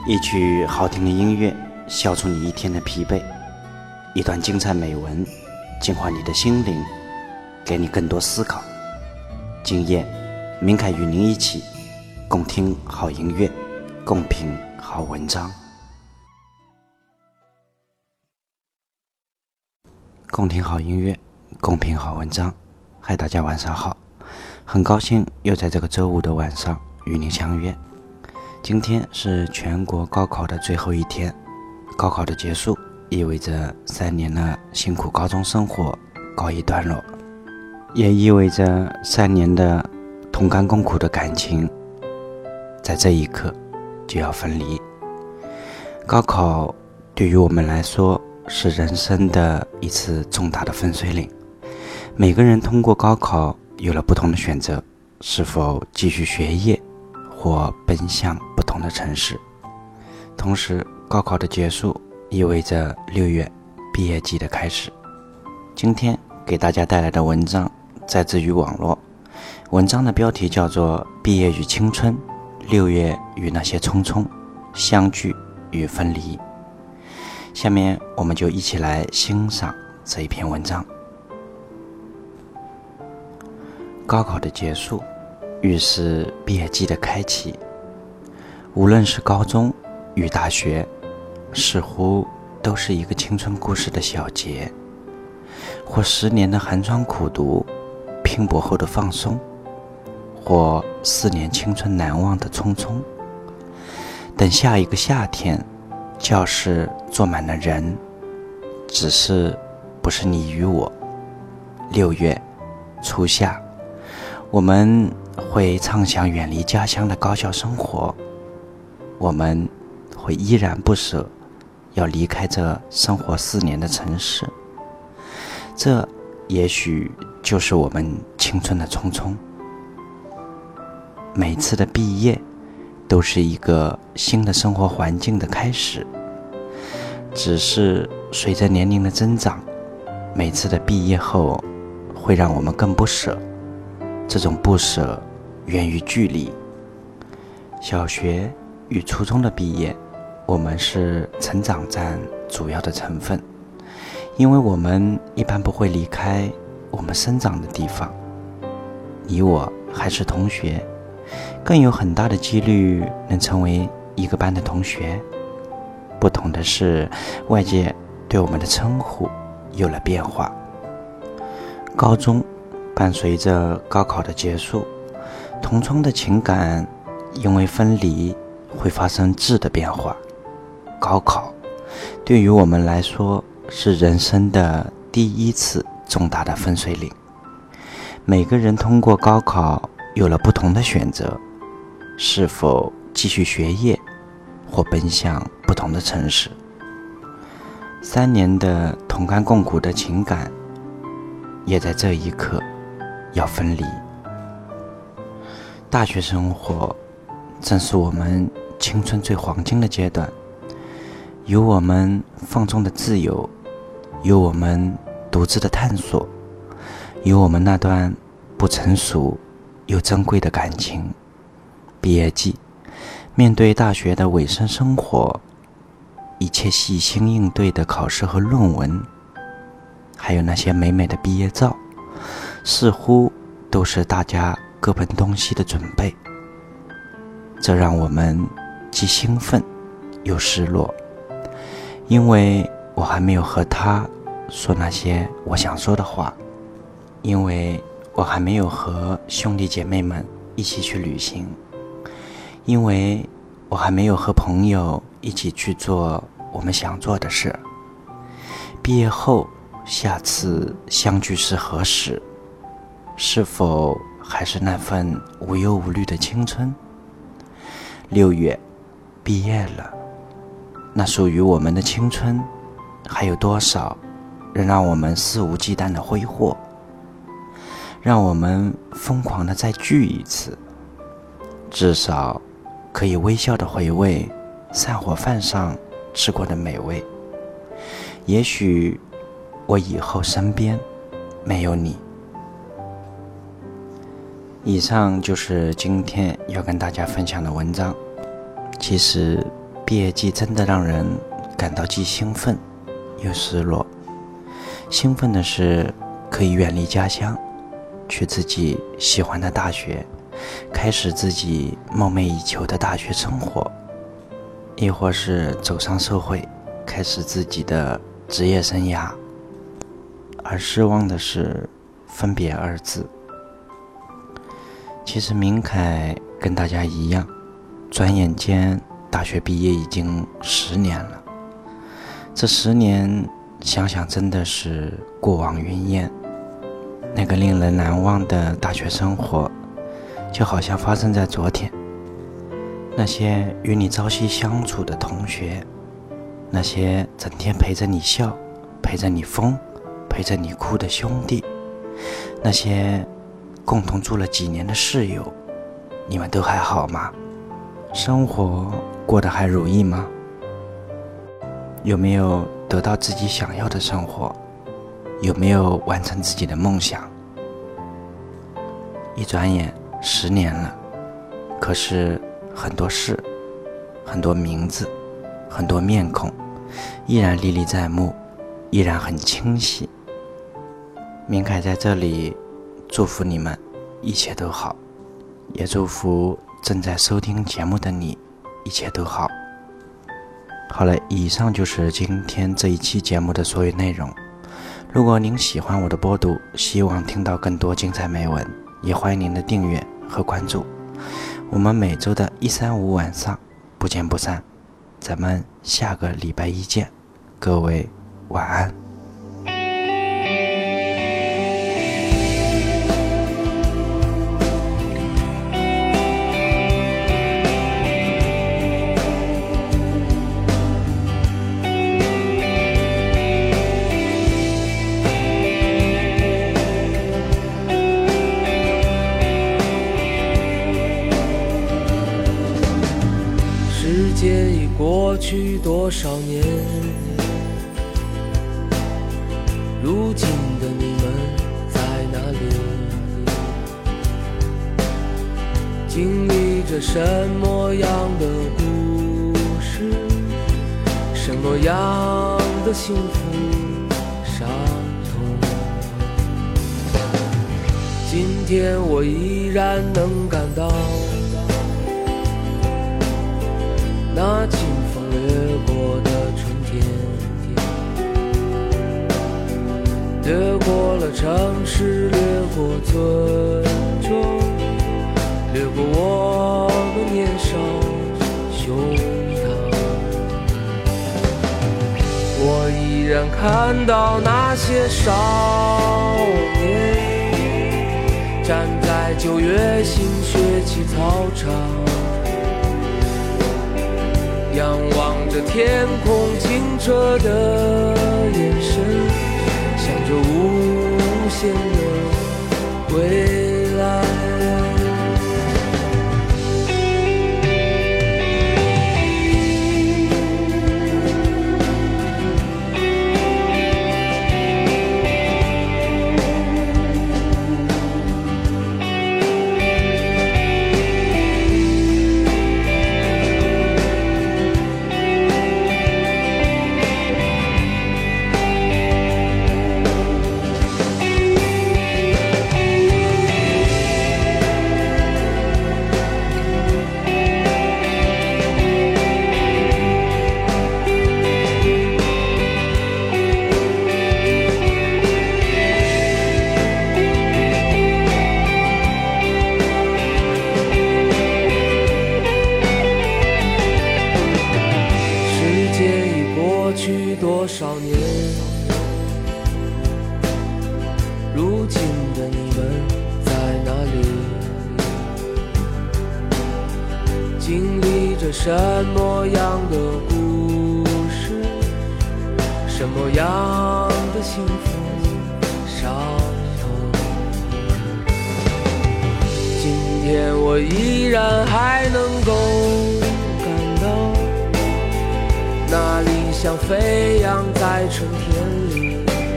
一曲好听的音乐，消除你一天的疲惫；一段精彩美文，净化你的心灵，给你更多思考。今夜，明凯与您一起共听好音乐，共品好文章。共听好音乐，共品好文章。嗨，大家晚上好，很高兴又在这个周五的晚上与您相约。今天是全国高考的最后一天，高考的结束意味着3年的辛苦高中生活告一段落，也意味着3年的同甘共苦的感情在这一刻就要分离。高考对于我们来说是人生的一次重大的分水岭，每个人通过高考有了不同的选择，是否继续学业或奔向不同的城市。同时，高考的结束意味着6月毕业季的开始。今天给大家带来的文章摘自于网络，文章的标题叫做《毕业与青春，6月与那些匆匆相聚与分离》。下面我们就一起来欣赏这一篇文章。高考的结束预示毕业季的开启，无论是高中与大学，似乎都是一个青春故事的小结，或10年的寒窗苦读，拼搏后的放松，或4年青春难忘的匆匆。等下一个夏天，教室坐满了人，只是不是你与我。6月初夏，我们会畅想远离家乡的高校生活，我们会依然不舍要离开这生活4年的城市。这也许就是我们青春的匆匆。每次的毕业都是一个新的生活环境的开始，只是随着年龄的增长，每次的毕业后会让我们更不舍。这种不舍源于距离。小学与初中的毕业，我们是成长占主要的成分，因为我们一般不会离开我们生长的地方。你我还是同学，更有很大的几率能成为一个班的同学。不同的是，外界对我们的称呼有了变化。高中伴随着高考的结束，同窗的情感因为分离会发生质的变化。高考对于我们来说是人生的第一次重大的分水岭，每个人通过高考有了不同的选择，是否继续学业或奔向不同的城市。3年的同甘共苦的情感也在这一刻要分离。大学生活正是我们青春最黄金的阶段，有我们放纵的自由，有我们独自的探索，有我们那段不成熟又珍贵的感情。毕业季，面对大学的尾声生活，一切细心应对的考试和论文，还有那些美美的毕业照，似乎都是大家各奔东西的准备。这让我们既兴奋又失落，因为我还没有和他说那些我想说的话，因为我还没有和兄弟姐妹们一起去旅行，因为我还没有和朋友一起去做我们想做的事。毕业后，下次相聚是何时？是否还是那份无忧无虑的青春？6月毕业了，那属于我们的青春还有多少仍让我们肆无忌惮的挥霍？让我们疯狂的再聚一次，至少可以微笑的回味散伙饭上吃过的美味。也许我以后身边没有你。以上就是今天要跟大家分享的文章。其实毕业季真的让人感到既兴奋又失落。兴奋的是可以远离家乡，去自己喜欢的大学，开始自己梦寐以求的大学生活，亦或是走上社会，开始自己的职业生涯。而失望的是分别二字。其实明凯跟大家一样，转眼间大学毕业已经10年了。这10年想想真的是过往云烟，那个令人难忘的大学生活就好像发生在昨天。那些与你朝夕相处的同学，那些整天陪着你笑陪着你疯陪着你哭的兄弟，那些共同住了几年的室友，你们都还好吗？生活过得还如意吗？有没有得到自己想要的生活？有没有完成自己的梦想？一转眼10年了，可是很多事，很多名字，很多面孔依然历历在目，依然很清晰。明凯在这里祝福你们一切都好，也祝福正在收听节目的你一切都好。好了，以上就是今天这一期节目的所有内容。如果您喜欢我的播读，希望听到更多精彩美文，也欢迎您的订阅和关注。我们每周的1、3、5晚上不见不散，咱们下个礼拜一见，各位晚安。 时间已过去多少年，如今的你们在哪里？经历着什么样的故事？什么样的幸福伤痛？今天我依然能感到那清风掠过的春天，掠过了城市，掠过尊重，掠过我们年少胸膛。我依然看到那些少年，站在9月新学期操场，仰望着天空清澈的眼神，想着无限的未来。多少年，如今的你们在哪里？经历着什么样的故事？什么样的幸福伤痛？今天我依然还能够感到那理想飞扬在春天里，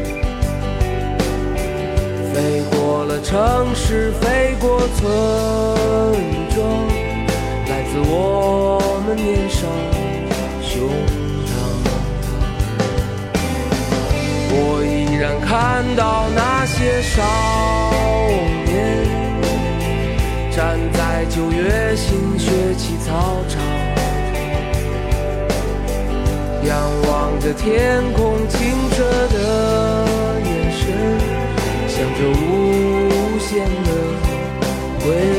飞过了城市，飞过村庄，来自我们年少胸膛。我依然看到那些少年站在9月新学期操场，仰望着天空清澈的眼神，向着无限的回